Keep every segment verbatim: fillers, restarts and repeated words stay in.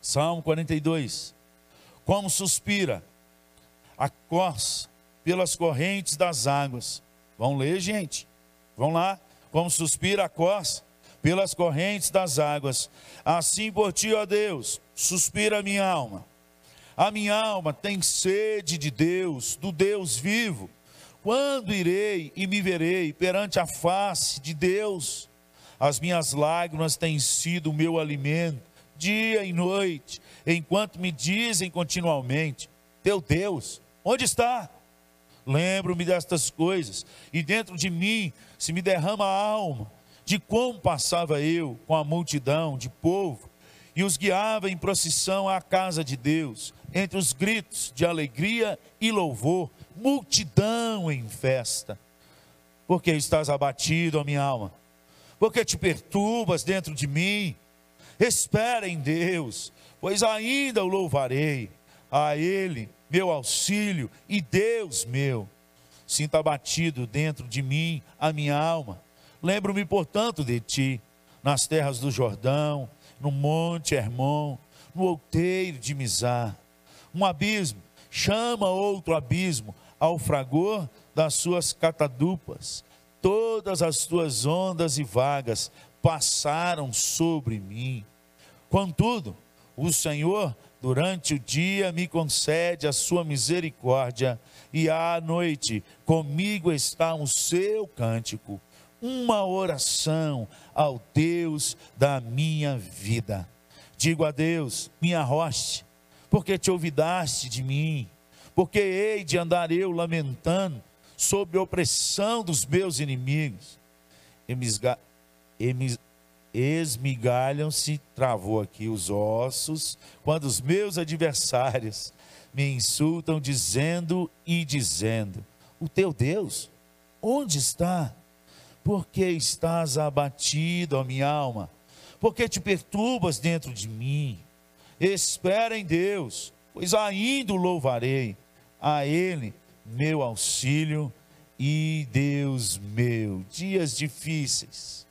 Salmo quarenta e dois. Como suspira a corça pelas correntes das águas. Vão ler, gente? Vão lá. Como suspira a corça pelas correntes das águas. Assim por ti, ó Deus, suspira a minha alma. A minha alma tem sede de Deus, do Deus vivo. Quando irei e me verei perante a face de Deus? As minhas lágrimas têm sido o meu alimento, dia e noite, enquanto me dizem continuamente: teu Deus, onde está? Lembro-me destas coisas, e dentro de mim se me derrama a alma, de como passava eu com a multidão de povo, e os guiava em procissão à casa de Deus, entre os gritos de alegria e louvor, multidão em festa. Porque estás abatido, ó minha alma? Porque te perturbas dentro de mim? Espera em Deus, pois ainda o louvarei, a Ele, meu auxílio e Deus meu. Sinto abatido dentro de mim a minha alma. Lembro-me, portanto, de ti, nas terras do Jordão, no monte Hermon, no outeiro de Mizar. Um abismo chama outro abismo ao fragor das suas catadupas. Todas as tuas ondas e vagas passaram sobre mim. Contudo, o Senhor, durante o dia, me concede a sua misericórdia, e à noite comigo está o seu cântico, uma oração ao Deus da minha vida. Digo a Deus, minha rocha, porque te olvidaste de mim, porque hei de andar eu lamentando sob a opressão dos meus inimigos. Emisga, emis, esmigalham-se, travou aqui os ossos, quando os meus adversários me insultam, dizendo e dizendo: o teu Deus, onde está? Porque estás abatido, ó minha alma? Porque te perturbas dentro de mim? Espera em Deus, pois ainda o louvarei, a Ele, meu auxílio e Deus meu. Dias difíceis,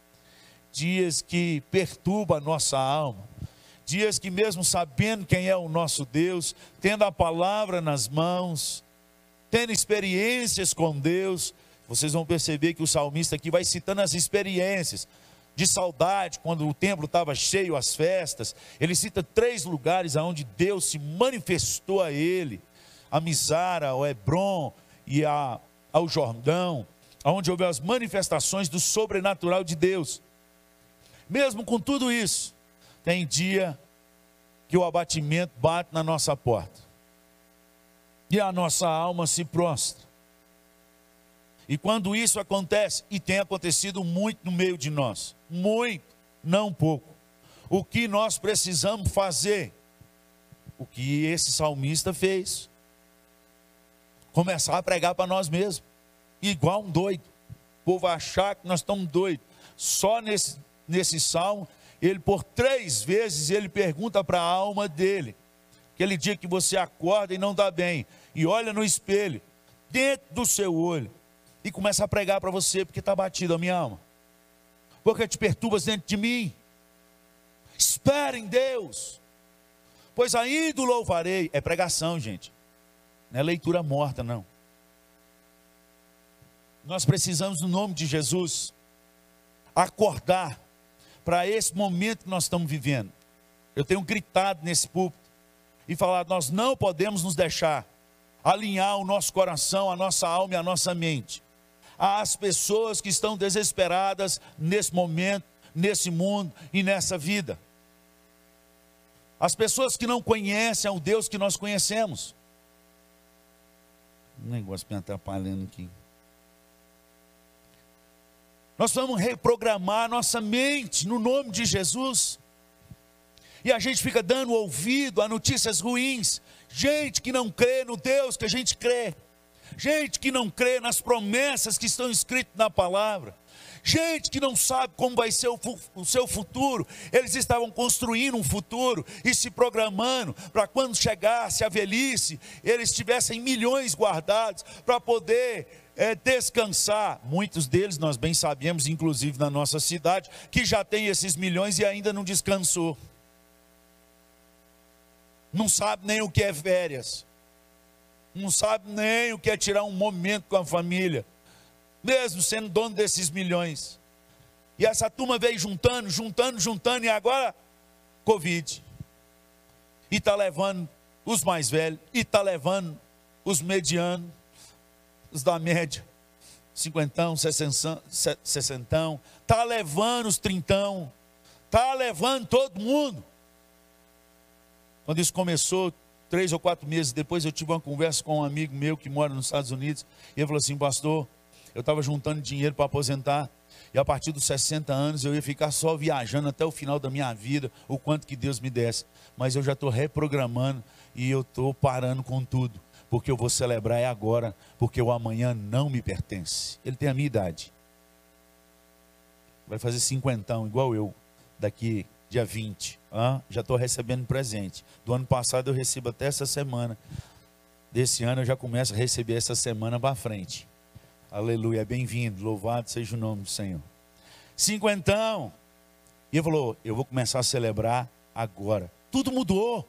dias que perturbam a nossa alma, dias que mesmo sabendo quem é o nosso Deus, tendo a palavra nas mãos, tendo experiências com Deus, vocês vão perceber que o salmista aqui vai citando as experiências de saudade, quando o templo estava cheio, as festas. Ele cita três lugares onde Deus se manifestou a ele: a Mizar, ao Hebron e a, ao Jordão, onde houve as manifestações do sobrenatural de Deus. Mesmo com tudo isso, tem dia que o abatimento bate na nossa porta, e a nossa alma se prostra. E quando isso acontece, e tem acontecido muito no meio de nós, muito, não pouco, o que nós precisamos fazer? O que esse salmista fez: começar a pregar para nós mesmos, igual um doido. O povo achar que nós estamos doidos. Só nesse, nesse salmo, ele por três vezes, ele pergunta para a alma dele, aquele dia que você acorda e não está bem, e olha no espelho, dentro do seu olho, e começa a pregar para você: porque está batido a minha alma? Porque te perturbas dentro de mim? Espera em Deus, pois ainda o louvarei. É pregação, gente, não é leitura morta, não. Nós precisamos, no nome de Jesus, acordar para esse momento que nós estamos vivendo. Eu tenho gritado nesse púlpito e falado: nós não podemos nos deixar alinhar o nosso coração, a nossa alma e a nossa mente às pessoas que estão desesperadas nesse momento, nesse mundo e nessa vida. As pessoas que não conhecem o Deus que nós conhecemos. Um negócio me atrapalhando aqui. Nós vamos reprogramar nossa mente no nome de Jesus. E a gente fica dando ouvido a notícias ruins. Gente que não crê no Deus que a gente crê. Gente que não crê nas promessas que estão escritas na palavra. Gente que não sabe como vai ser o, o seu futuro. Eles estavam construindo um futuro e se programando para quando chegasse a velhice, eles tivessem milhões guardados para poder é, descansar. Muitos deles nós bem sabemos, inclusive na nossa cidade, que já tem esses milhões e ainda não descansou. não sabe nem o que é férias, não sabe nem o que é tirar um momento com a família, mesmo sendo dono desses milhões. E essa turma veio juntando, juntando, juntando, e agora, Covid. E está levando os mais velhos, e está levando os medianos, os da média, cinquentão, sessentão, está levando os trintão, está levando todo mundo. Quando isso começou, três ou quatro meses depois, eu tive uma conversa com um amigo meu que mora nos Estados Unidos, e ele falou assim: pastor, eu estava juntando dinheiro para aposentar, e a partir dos sessenta anos eu ia ficar só viajando até o final da minha vida, o quanto que Deus me desse, mas eu já estou reprogramando, e eu estou parando com tudo, porque eu vou celebrar é agora, porque o amanhã não me pertence. Ele tem a minha idade, vai fazer cinquentão, igual eu, daqui dia vinte, ah, já estou recebendo presente. Do ano passado eu recebo até essa semana, desse ano eu já começo a receber essa semana para frente. Aleluia, bem-vindo, louvado seja o nome do Senhor. Cinquentão, e ele falou: eu vou começar a celebrar agora. Tudo mudou,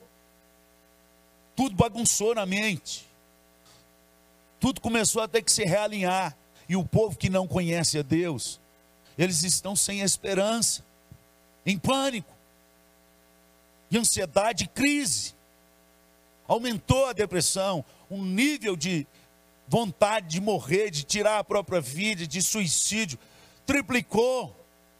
tudo bagunçou na mente, tudo começou a ter que se realinhar, e o povo que não conhece a Deus, eles estão sem esperança, em pânico, e ansiedade, crise, aumentou a depressão, um nível de vontade de morrer, de tirar a própria vida, de suicídio, triplicou.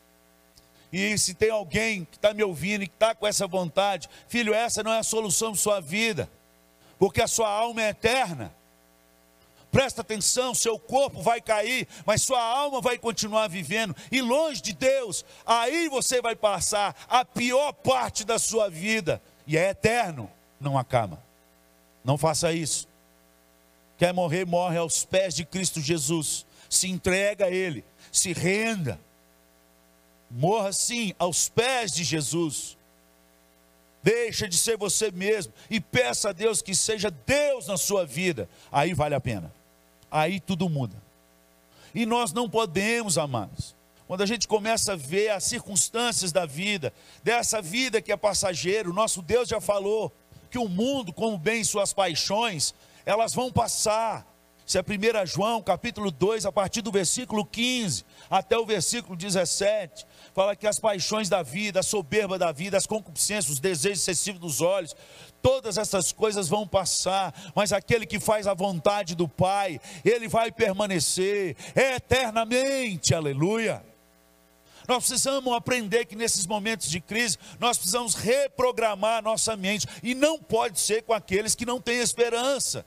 E se tem alguém que está me ouvindo e que está com essa vontade, filho, essa não é a solução de sua vida, porque a sua alma é eterna. Presta atenção, seu corpo vai cair, mas sua alma vai continuar vivendo, e longe de Deus, aí você vai passar a pior parte da sua vida, e é eterno, não acaba. Não faça isso. Quer morrer, morre aos pés de Cristo Jesus, se entrega a Ele, se renda, morra sim aos pés de Jesus. Deixa de ser você mesmo e peça a Deus que seja Deus na sua vida, aí vale a pena. Aí tudo muda. E nós não podemos, amados, quando a gente começa a ver as circunstâncias da vida, dessa vida que é passageira, o nosso Deus já falou que o mundo, como bem suas paixões, elas vão passar. Isso é primeiro João, capítulo dois, a partir do versículo quinze até o versículo dezessete, fala que as paixões da vida, a soberba da vida, as concupiscências, os desejos excessivos dos olhos, todas essas coisas vão passar, mas aquele que faz a vontade do Pai, ele vai permanecer eternamente, aleluia. Nós precisamos aprender que nesses momentos de crise, nós precisamos reprogramar a nossa mente, e não pode ser com aqueles que não têm esperança.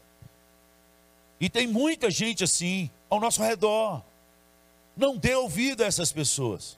E tem muita gente assim, ao nosso redor. Não dê ouvido a essas pessoas.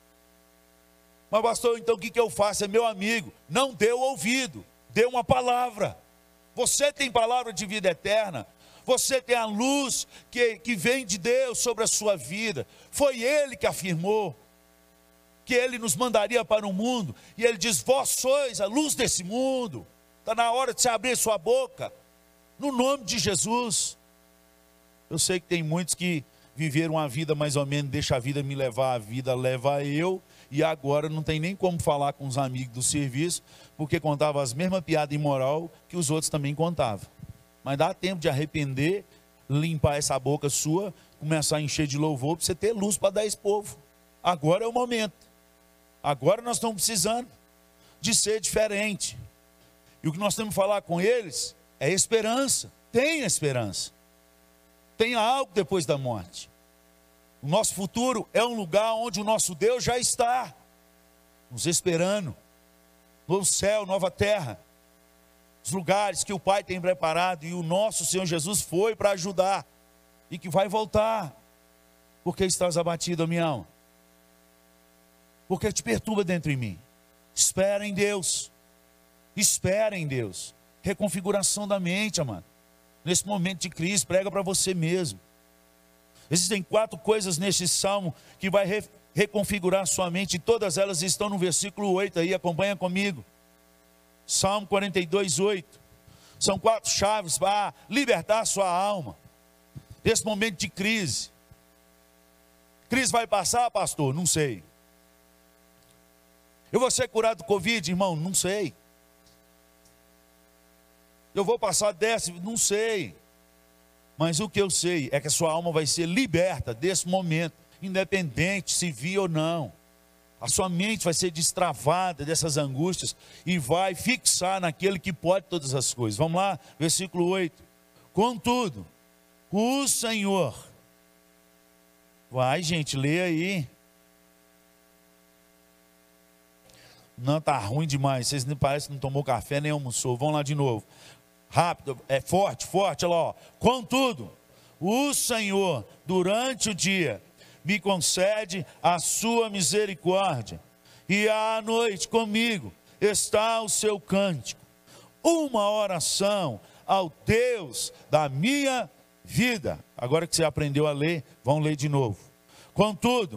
Mas pastor, então o que, que eu faço? É meu amigo, não dê o ouvido, dê uma palavra. Você tem palavra de vida eterna, você tem a luz que, que vem de Deus sobre a sua vida. Foi Ele que afirmou que Ele nos mandaria para o mundo, e Ele diz: vós sois a luz desse mundo. Está na hora de você abrir sua boca, no nome de Jesus. Eu sei que tem muitos que viveram a vida mais ou menos, deixa a vida me levar, a vida leva eu, e agora não tem nem como falar com os amigos do serviço, porque contava as mesmas piadas imoral que os outros também contavam. Mas dá tempo de arrepender, limpar essa boca sua, começar a encher de louvor, para você ter luz para dar esse povo. Agora é o momento. Agora nós estamos precisando de ser diferente. E o que nós temos que falar com eles é esperança. Tenha esperança. Tenha algo depois da morte. O nosso futuro é um lugar onde o nosso Deus já está, nos esperando. Novo céu, nova terra. Os lugares que o Pai tem preparado, e o nosso Senhor Jesus foi para ajudar, e que vai voltar. Por que estás abatido, minha alma? Porque te perturba dentro de mim. Espera em Deus. Espera em Deus. Reconfiguração da mente, amado. Nesse momento de crise, prega para você mesmo. Existem quatro coisas neste salmo que vai re reconfigurar sua mente, e todas elas estão no versículo oito aí, acompanha comigo. Salmo quarenta e dois, oito. São quatro chaves para libertar a sua alma nesse momento de crise. Crise vai passar, pastor? Não sei. Eu vou ser curado do Covid, irmão? Não sei. Eu vou passar dessa? Não sei. Mas o que eu sei é que a sua alma vai ser liberta desse momento, independente se vir ou não. A sua mente vai ser destravada dessas angústias e vai fixar naquele que pode todas as coisas. Vamos lá, versículo oito. Contudo, o Senhor... Vai, gente, lê aí. Não, tá ruim demais. Vocês nem parecem que não tomou café nem almoçou. Vamos lá de novo. Rápido, é forte, forte, olha lá. Ó. Contudo, o Senhor, durante o dia, me concede a sua misericórdia, e à noite comigo está o seu cântico, uma oração ao Deus da minha vida. Agora que você aprendeu a ler, vamos ler de novo. Contudo,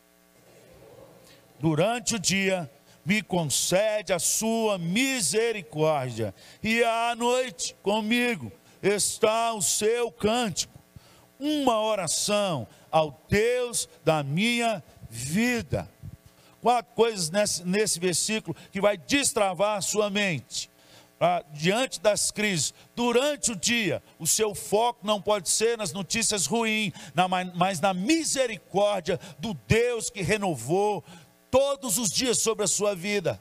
durante o dia, me concede a sua misericórdia, e à noite comigo está o seu cântico, uma oração ao Deus da minha vida. Quatro coisas nesse, nesse versículo que vai destravar a sua mente. Ah, diante das crises, durante o dia, o seu foco não pode ser nas notícias ruins, na, mas na misericórdia do Deus que renovou todos os dias sobre a sua vida.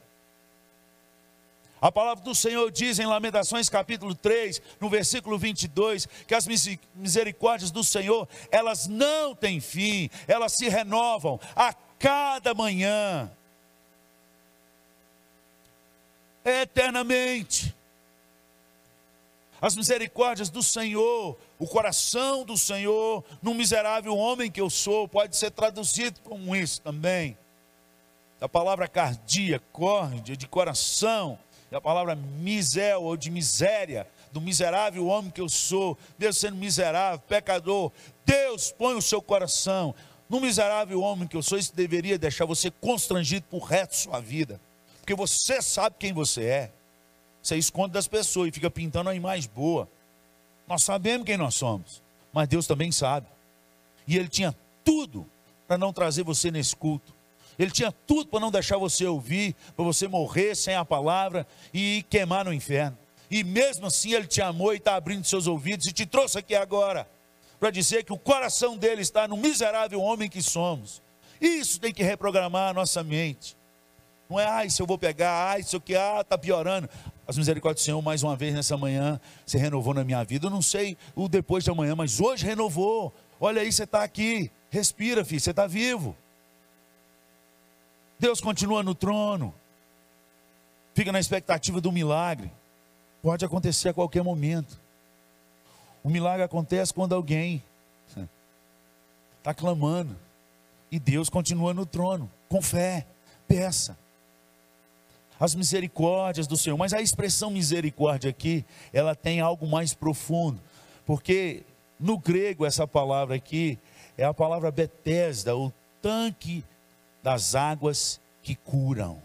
A palavra do Senhor diz em Lamentações capítulo três, no versículo vinte e dois, que as misericórdias do Senhor, elas não têm fim, elas se renovam a cada manhã, eternamente. As misericórdias do Senhor, o coração do Senhor, no miserável homem que eu sou, pode ser traduzido como isso também. A palavra cardia, córdia, de coração, e a palavra misel, ou de miséria, do miserável homem que eu sou, mesmo sendo miserável, pecador, Deus põe o seu coração no miserável homem que eu sou. Isso deveria deixar você constrangido por resto de sua vida, porque você sabe quem você é. Você esconde das pessoas e fica pintando uma imagem boa. Nós sabemos quem nós somos, mas Deus também sabe. E Ele tinha tudo para não trazer você nesse culto. Ele tinha tudo para não deixar você ouvir, para você morrer sem a palavra e queimar no inferno. E mesmo assim Ele te amou e está abrindo seus ouvidos e te trouxe aqui agora para dizer que o coração dele está no miserável homem que somos. Isso tem que reprogramar a nossa mente. Não é, ai, se eu vou pegar, ai, se eu que, ah, está piorando. As misericórdias do Senhor, mais uma vez nessa manhã, você renovou na minha vida. Eu não sei o depois de amanhã, mas hoje renovou. Olha aí, você está aqui, respira, filho, você está vivo. Deus continua no trono. Fica na expectativa do milagre. Pode acontecer a qualquer momento. O milagre acontece quando alguém está clamando. E Deus continua no trono. Com fé, peça. As misericórdias do Senhor. Mas a expressão misericórdia aqui, ela tem algo mais profundo. Porque no grego essa palavra aqui é a palavra Betesda, o tanque das águas que curam.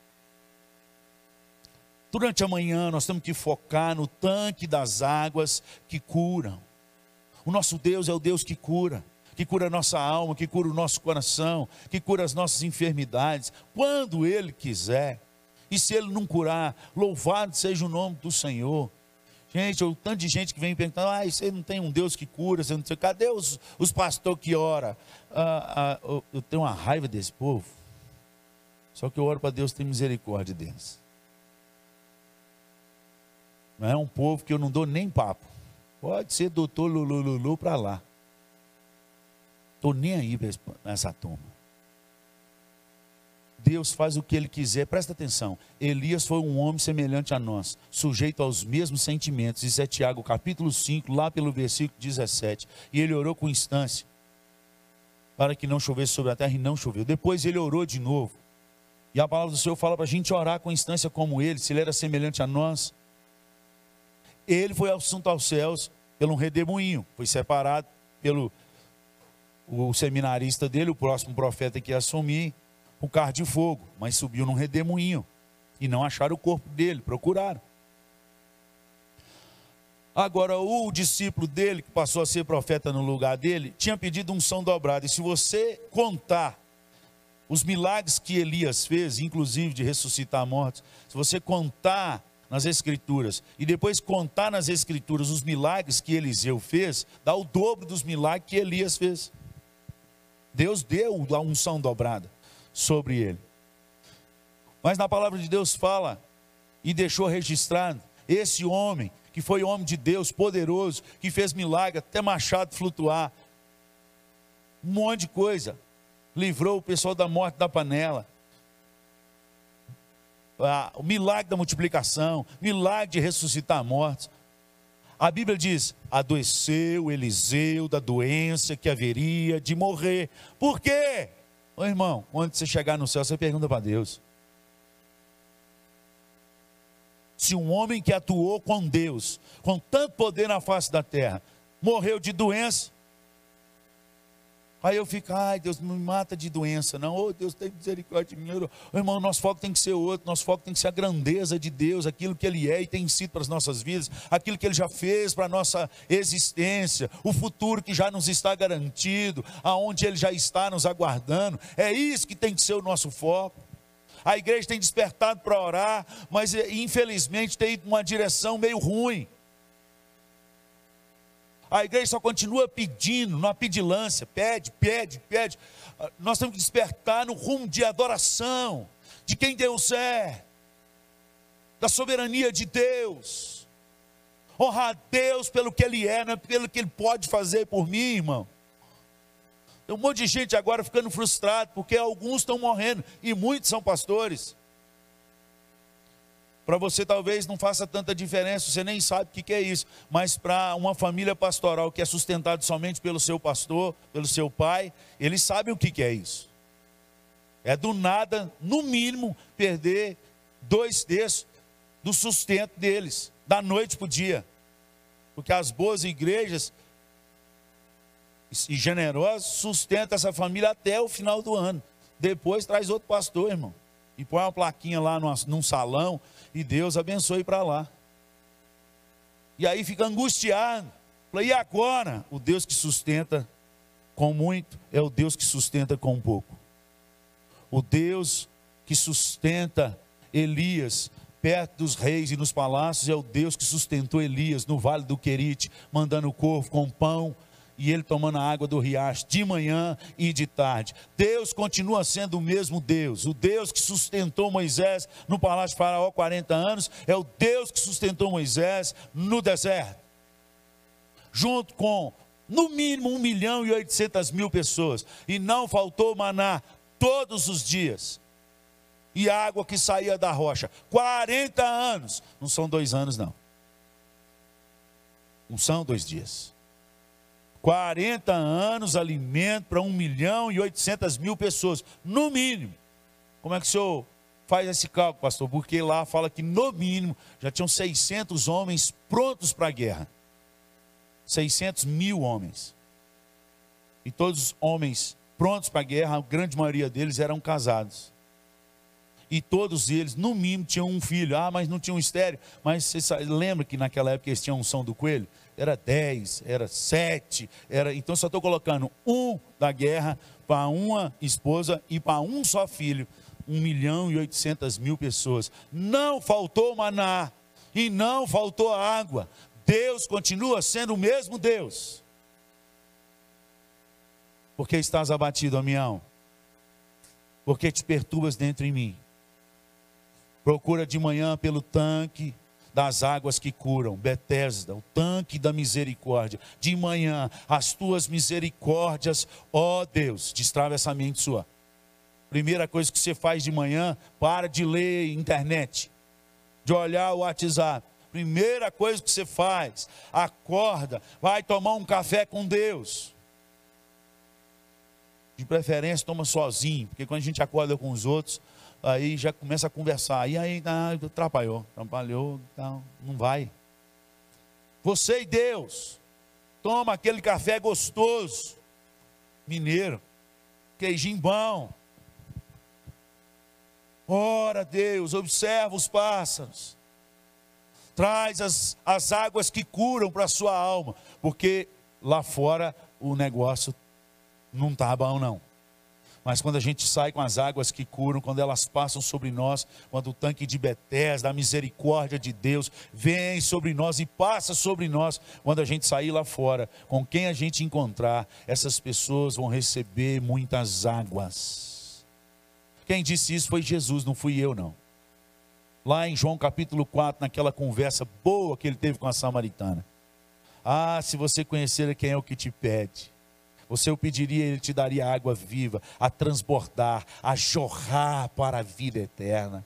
Durante a manhã nós temos que focar no tanque das águas que curam. O nosso Deus é o Deus que cura, que cura a nossa alma, que cura o nosso coração, que cura as nossas enfermidades, quando Ele quiser. E se Ele não curar, louvado seja o nome do Senhor. Gente, o tanto de gente que vem perguntando, ah, você não tem um Deus que cura, você não sei, cadê os, os pastores que oram? Ah, ah, eu tenho uma raiva desse povo. Só que eu oro para Deus ter misericórdia deles. Não é um povo que eu não dou nem papo. Pode ser doutor Lulu Lulu para lá. Estou nem aí para essa turma. Deus faz o que Ele quiser, presta atenção. Elias foi um homem semelhante a nós, sujeito aos mesmos sentimentos. Isso é Tiago capítulo cinco, lá pelo versículo dezessete. E ele orou com instância, para que não chovesse sobre a terra, e não choveu. Depois ele orou de novo. E a palavra do Senhor fala para a gente orar com instância como ele, se ele era semelhante a nós. Ele foi assunto aos céus pelo um redemoinho, foi separado pelo o seminarista dele, o próximo profeta que ia assumir, um carro de fogo, mas subiu num redemoinho, e não acharam o corpo dele, procuraram. Agora o discípulo dele, que passou a ser profeta no lugar dele, tinha pedido unção dobrada, e se você contar os milagres que Elias fez, inclusive de ressuscitar mortos, se você contar nas Escrituras e depois contar nas Escrituras os milagres que Eliseu fez, dá o dobro dos milagres que Elias fez. Deus deu a unção dobrada sobre ele. Mas na palavra de Deus fala e deixou registrado, esse homem que foi homem de Deus, poderoso, que fez milagre, até machado flutuar, um monte de coisa, livrou o pessoal da morte da panela, ah, o milagre da multiplicação, milagre de ressuscitar mortos. A Bíblia diz, adoeceu Eliseu da doença que haveria de morrer. Por quê? Ô irmão, quando você chegar no céu, você pergunta para Deus. Se um homem que atuou com Deus, com tanto poder na face da terra, morreu de doença, aí eu fico, ai Deus, não me mata de doença não, oh Deus tem misericórdia de mim. Oh, irmão, nosso foco tem que ser outro, nosso foco tem que ser a grandeza de Deus, aquilo que Ele é e tem sido para as nossas vidas, aquilo que Ele já fez para a nossa existência, o futuro que já nos está garantido, aonde Ele já está nos aguardando, é isso que tem que ser o nosso foco. A igreja tem despertado para orar, mas infelizmente tem ido numa direção meio ruim. A igreja só continua pedindo, numa pedilância, pede, pede, pede. Nós temos que despertar no rumo de adoração, de quem Deus é, da soberania de Deus. Honrar a Deus pelo que Ele é, não é pelo que Ele pode fazer por mim, irmão. Tem um monte de gente agora ficando frustrado, porque alguns estão morrendo, e muitos são pastores. Para você talvez não faça tanta diferença, você nem sabe o que é isso, mas para uma família pastoral que é sustentada somente pelo seu pastor, pelo seu pai, eles sabem o que é isso. É do nada, no mínimo, perder dois terços do sustento deles, da noite para o dia. Porque as boas igrejas e generosas sustentam essa família até o final do ano. Depois traz outro pastor, irmão, e põe uma plaquinha lá numa, num salão, e Deus abençoe para lá. E aí fica angustiado. Fala, e agora? O Deus que sustenta com muito é o Deus que sustenta com pouco. O Deus que sustenta Elias perto dos reis e nos palácios é o Deus que sustentou Elias no vale do Querite, mandando o corvo com pão, e ele tomando a água do riacho de manhã e de tarde. Deus continua sendo o mesmo Deus. O Deus que sustentou Moisés no palácio de Faraó quarenta anos, é o Deus que sustentou Moisés no deserto. Junto com, no mínimo, um milhão e oitocentas mil pessoas. E não faltou maná todos os dias. E água que saía da rocha. quarenta anos. Não são dois anos, não. Não são dois dias. quarenta anos, alimento para um milhão e oitocentas mil pessoas, no mínimo. Como é que o senhor faz esse cálculo, pastor? Porque lá fala que no mínimo já tinham seiscentos homens prontos para a guerra. seiscentos mil homens. E todos os homens prontos para a guerra, a grande maioria deles eram casados. E todos eles, no mínimo, tinham um filho. Ah, mas não tinham um estéreo. Mas você sabe, lembra que naquela época eles tinham unção do coelho? Era dez, era sete, era, então só estou colocando um da guerra para uma esposa e para um só filho, um milhão e oitocentas mil pessoas. Não faltou maná e não faltou água. Deus continua sendo o mesmo Deus. Por que estás abatido, ó minha alma? Por que te perturbas dentro em mim? Procura de manhã pelo tanque das águas que curam, Betesda, o tanque da misericórdia. De manhã, as tuas misericórdias, ó Deus, destrava essa mente sua. Primeira coisa que você faz de manhã, para de ler internet, de olhar o WhatsApp. Primeira coisa que você faz, acorda, vai tomar um café com Deus. De preferência, toma sozinho, porque quando a gente acorda com os outros, aí já começa a conversar, e aí ah, atrapalhou, atrapalhou, então, não vai. Você e Deus, toma aquele café gostoso, mineiro, queijinho bom. Ora Deus, observa os pássaros, traz as, as águas que curam para a sua alma, porque lá fora o negócio não está bom não. Mas quando a gente sai com as águas que curam, quando elas passam sobre nós, quando o tanque de Betesda, a misericórdia de Deus vem sobre nós e passa sobre nós, quando a gente sair lá fora, com quem a gente encontrar, essas pessoas vão receber muitas águas. Quem disse isso foi Jesus, não fui eu não. Lá em João capítulo quatro, naquela conversa boa que ele teve com a samaritana. Ah, se você conhecer quem é o que te pede, você o pediria, ele te daria água viva, a transbordar, a jorrar para a vida eterna.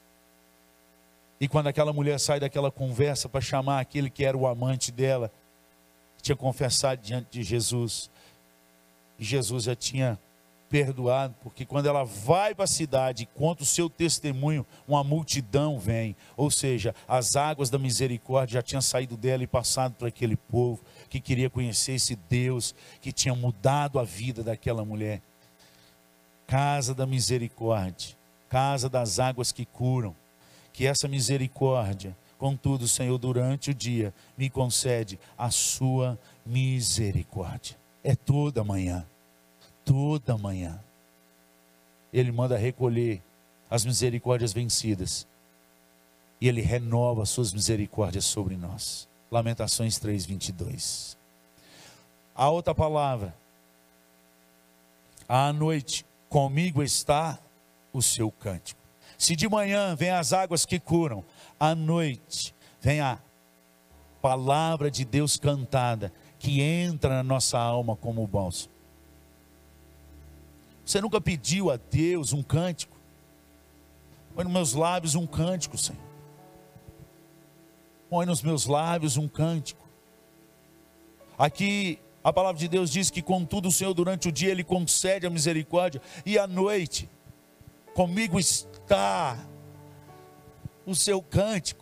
E quando aquela mulher sai daquela conversa para chamar aquele que era o amante dela, que tinha confessado diante de Jesus, e Jesus já tinha perdoado, porque quando ela vai para a cidade e conta o seu testemunho, uma multidão vem, ou seja, as águas da misericórdia já tinham saído dela e passado para aquele povo, que queria conhecer esse Deus, que tinha mudado a vida daquela mulher. Casa da misericórdia, casa das águas que curam, que essa misericórdia, contudo, Senhor, durante o dia, me concede a sua misericórdia, é toda manhã. Toda manhã, Ele manda recolher as misericórdias vencidas, e Ele renova as suas misericórdias sobre nós. Lamentações três, vinte e dois. A outra palavra, à noite, comigo está o seu cântico. Se de manhã vem as águas que curam, à noite vem a palavra de Deus cantada, que entra na nossa alma como bálsamo. Você nunca pediu a Deus um cântico? Põe nos meus lábios um cântico, Senhor. Põe nos meus lábios um cântico. Aqui a palavra de Deus diz que contudo o Senhor durante o dia Ele concede a misericórdia, e à noite comigo está o seu cântico.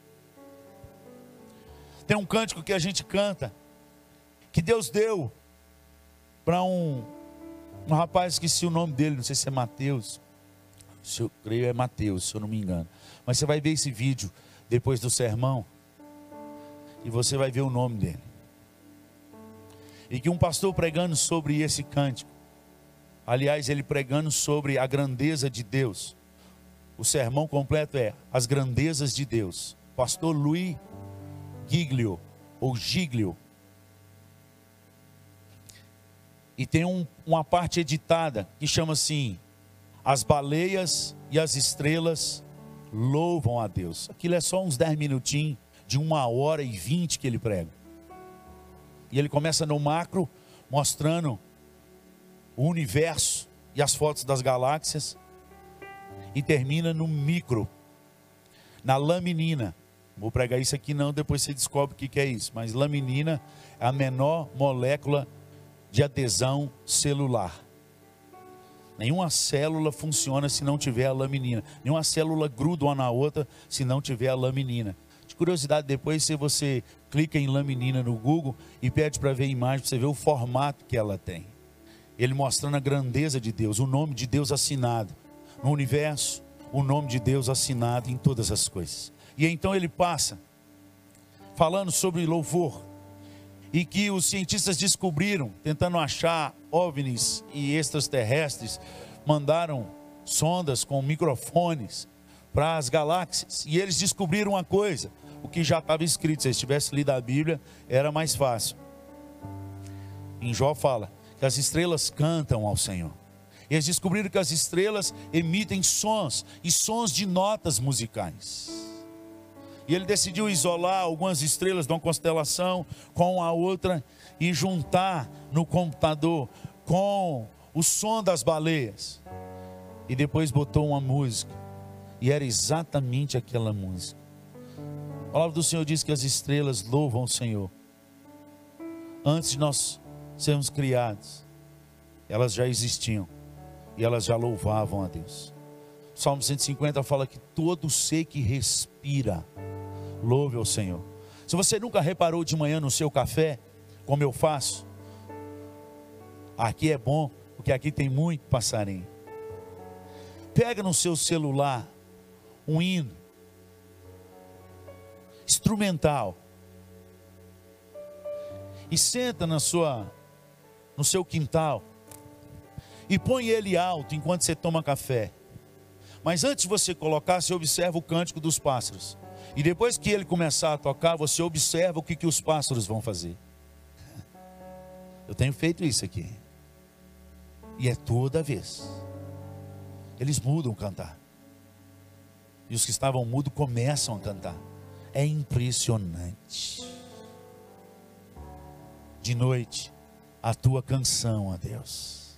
Tem um cântico que a gente canta, que Deus deu para um Um rapaz, esqueci o nome dele, não sei se é Mateus, se eu creio é Mateus, se eu não me engano. Mas você vai ver esse vídeo depois do sermão, e você vai ver o nome dele. E que um pastor pregando sobre esse cântico, aliás, ele pregando sobre a grandeza de Deus. O sermão completo é As Grandezas de Deus. Pastor Luiz Giglio, ou Giglio. E tem um, uma parte editada que chama assim: As baleias e as estrelas louvam a Deus. Aquilo é só uns dez minutinhos de uma hora e vinte que ele prega. E ele começa no macro, mostrando o universo e as fotos das galáxias, e termina no micro, na laminina. Vou pregar isso aqui não, depois você descobre o que, que é isso. Mas laminina é a menor molécula de adesão celular. Nenhuma célula funciona se não tiver a laminina. Nenhuma célula gruda uma na outra se não tiver a laminina. De curiosidade, depois se você clica em laminina no Google e pede para ver a imagem, para você ver o formato que ela tem. Ele mostrando a grandeza de Deus, o nome de Deus assinado no universo, o nome de Deus assinado em todas as coisas. E então ele passa falando sobre louvor, e que os cientistas descobriram, tentando achar OVNIs e extraterrestres, mandaram sondas com microfones para as galáxias, e eles descobriram uma coisa, o que já estava escrito. Se eles tivessem lido a Bíblia, era mais fácil. Em Jó fala que as estrelas cantam ao Senhor. E eles descobriram que as estrelas emitem sons, e sons de notas musicais. E ele decidiu isolar algumas estrelas de uma constelação com a outra e juntar no computador com o som das baleias. E depois botou uma música. E era exatamente aquela música. A palavra do Senhor diz que as estrelas louvam o Senhor. Antes de nós sermos criados, elas já existiam. E elas já louvavam a Deus. O Salmo cento e cinquenta fala que todo ser que respira louve ao Senhor. Se você nunca reparou de manhã no seu café, como eu faço, aqui é bom, porque aqui tem muito passarinho. Pega no seu celular um hino instrumental e senta na sua, no seu quintal e põe ele alto enquanto você toma café. Mas antes de você colocar, você observa o cântico dos pássaros. E depois que ele começar a tocar, você observa o que, que os pássaros vão fazer. Eu tenho feito isso aqui. E é toda vez. Eles mudam a cantar. E os que estavam mudos começam a cantar. É impressionante. De noite, a tua canção, ó Deus.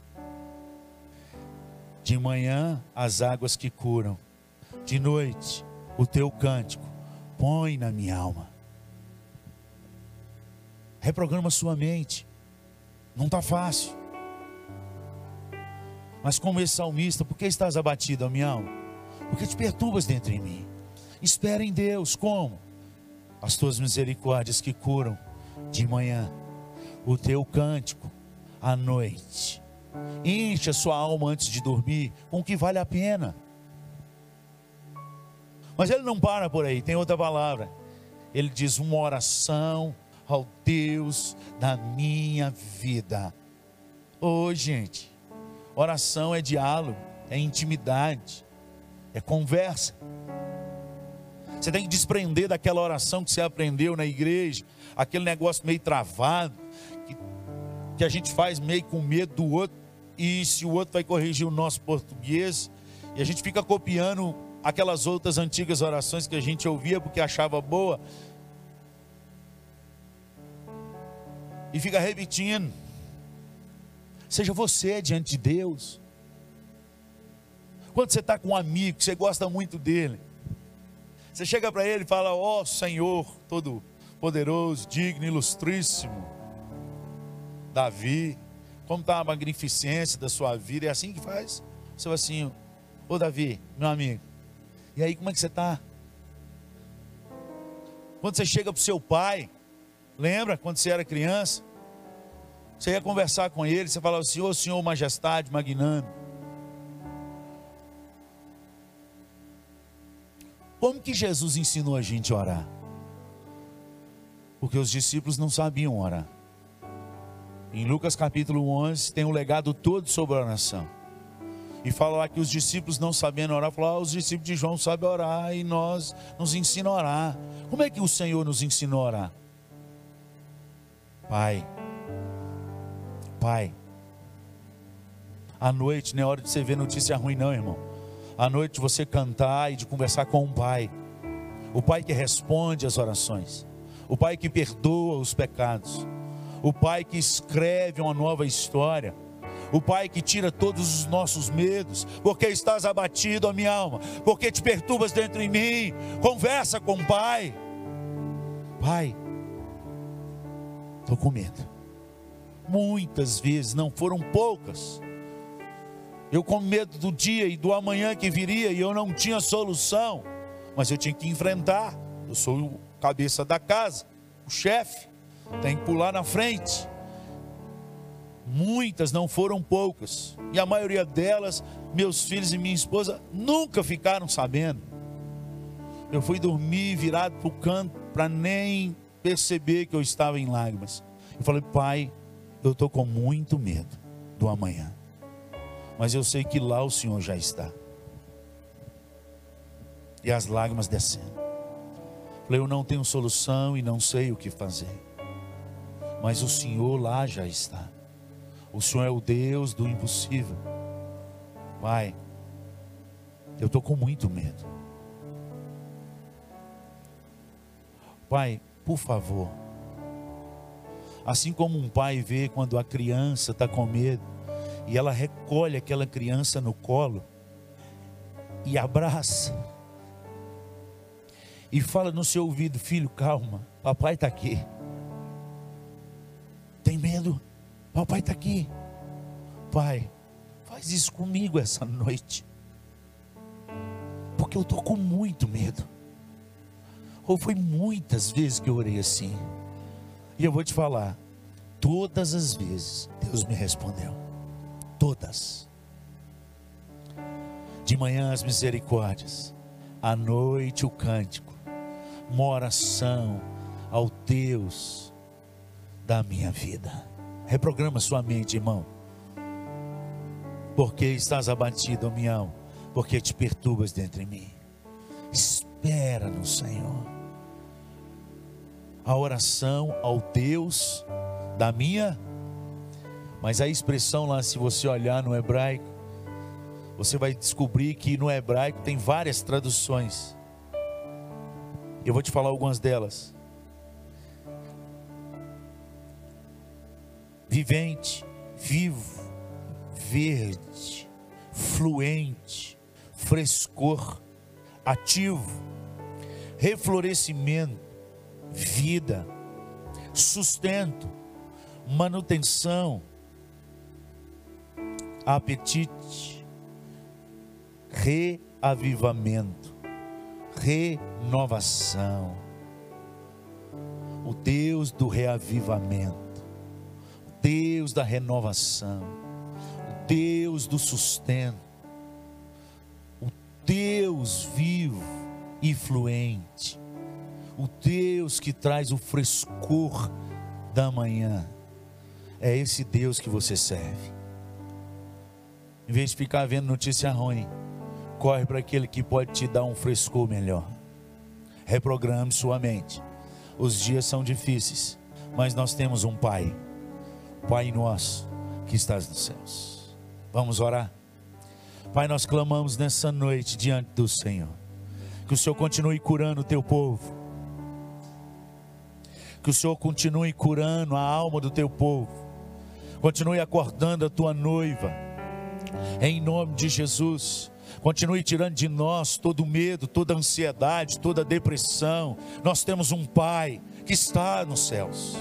De manhã, as águas que curam. De noite, o teu cântico. Põe na minha alma. Reprograma sua mente. Não está fácil. Mas como esse salmista, por que estás abatido, ó minha alma? Porque te perturbas dentro de mim. Espera em Deus, como? As tuas misericórdias que curam de manhã. O teu cântico à noite. Enche a sua alma antes de dormir com o que vale a pena. Mas ele não para por aí, tem outra palavra. Ele diz uma oração ao Deus da minha vida. Ô gente, oração é diálogo, é intimidade, é conversa. Você tem que desprender daquela oração que você aprendeu na igreja, aquele negócio meio travado, que, que a gente faz meio com medo do outro, e se o outro vai corrigir o nosso português, e a gente fica copiando aquelas outras antigas orações que a gente ouvia porque achava boa, e fica repetindo. Seja você diante de Deus. Quando você está com um amigo que você gosta muito dele, você chega para ele e fala: ó Senhor todo poderoso, digno, ilustríssimo Davi, como está a magnificência da sua vida? É assim que faz? Você vai assim: ô Davi, meu amigo, e aí como é que você está? Quando você chega para o seu pai, lembra quando você era criança? Você ia conversar com ele, você falava assim: ô Senhor majestade, magnânimo. Como que Jesus ensinou a gente a orar? Porque os discípulos não sabiam orar. Em Lucas capítulo onze tem um legado todo sobre a oração. E fala lá que os discípulos não sabendo orar, falaram: ah, os discípulos de João sabem orar e nós nos ensinam a orar. Como é que o Senhor nos ensinou a orar? Pai, Pai, à noite não é hora de você ver notícia ruim não, irmão. À noite você cantar e de conversar com o Pai. O Pai que responde às orações. O Pai que perdoa os pecados. O Pai que escreve uma nova história. O Pai que tira todos os nossos medos. Porque estás abatido, ó minha alma? Porque te perturbas dentro de mim? Conversa com o Pai. Pai, estou com medo. Muitas vezes, não foram poucas, eu com medo do dia e do amanhã que viria, e eu não tinha solução, mas eu tinha que enfrentar. Eu sou o cabeça da casa, o chefe, tem que pular na frente. Muitas, não foram poucas, e a maioria delas, meus filhos e minha esposa nunca ficaram sabendo. Eu fui dormir virado para o canto, para nem perceber que eu estava em lágrimas. Eu falei: Pai, eu estou com muito medo do amanhã, mas eu sei que lá o Senhor já está. E as lágrimas descendo. Falei: eu não tenho solução e não sei o que fazer, mas o Senhor lá já está. O Senhor é o Deus do impossível. Pai, eu estou com muito medo. Pai, por favor, assim como um pai vê quando a criança está com medo, e ela recolhe aquela criança no colo, e abraça, e fala no seu ouvido: filho, calma, papai está aqui. Tem medo? Papai está aqui. Pai, faz isso comigo essa noite, porque eu estou com muito medo. Ou foi muitas vezes que eu orei assim, e eu vou te falar, todas as vezes Deus me respondeu. Todas. De manhã as misericórdias, à noite o cântico, uma oração ao Deus da minha vida. Reprograma sua mente, irmão. Porque estás abatido, ó minha alma? Porque te perturbas dentro de mim. Espera no Senhor. A oração ao Deus da minha. Mas a expressão lá, se você olhar no hebraico, você vai descobrir que no hebraico tem várias traduções. Eu vou te falar algumas delas. Vivente, vivo, verde, fluente, frescor, ativo, reflorescimento, vida, sustento, manutenção, apetite, reavivamento, renovação. O Deus do reavivamento, o Deus da renovação, o Deus do sustento, o Deus vivo e fluente, o Deus que traz o frescor da manhã. É esse Deus que você serve. Em vez de ficar vendo notícia ruim, corre para aquele que pode te dar um frescor melhor. Reprograme sua mente. Os dias são difíceis, mas nós temos um Pai, Pai nosso que estás nos céus. Vamos orar? Pai, nós clamamos nessa noite diante do Senhor, que o Senhor continue curando o teu povo, que o Senhor continue curando a alma do teu povo, continue acordando a tua noiva, em nome de Jesus. Continue tirando de nós todo medo, toda ansiedade, toda depressão. Nós temos um Pai que está nos céus.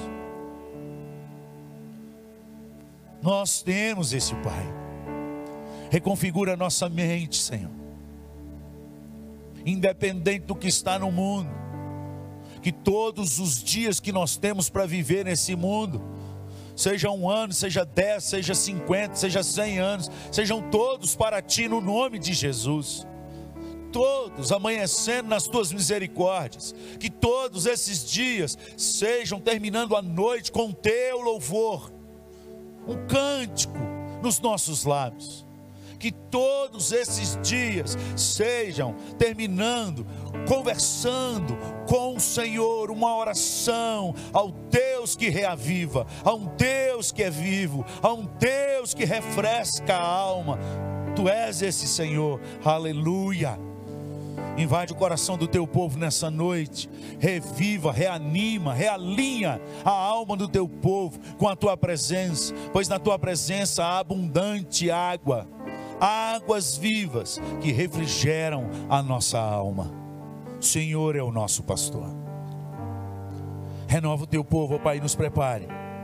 Nós temos esse Pai. Reconfigura a nossa mente, Senhor. Independente do que está no mundo, que todos os dias que nós temos para viver nesse mundo, seja um ano, seja dez, seja cinquenta, seja cem anos, sejam todos para ti no nome de Jesus. Todos amanhecendo nas tuas misericórdias. Que todos esses dias sejam terminando a noite com teu louvor, um cântico nos nossos lábios. Que todos esses dias sejam terminando, conversando com o Senhor, uma oração ao Deus que reaviva, a um Deus que é vivo, a um Deus que refresca a alma. Tu és esse Senhor, aleluia. Invade o coração do teu povo nessa noite, reviva, reanima, realinha a alma do teu povo com a tua presença, pois na tua presença há abundante água, águas vivas que refrigeram a nossa alma. O Senhor é o nosso pastor. Renova o teu povo, ó Pai, nos prepare.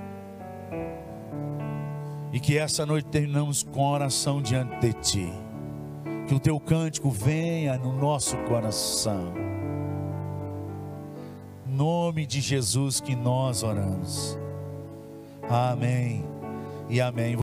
E que essa noite terminamos com oração diante de Ti. Que o Teu cântico venha no nosso coração. Em nome de Jesus que nós oramos. Amém e amém.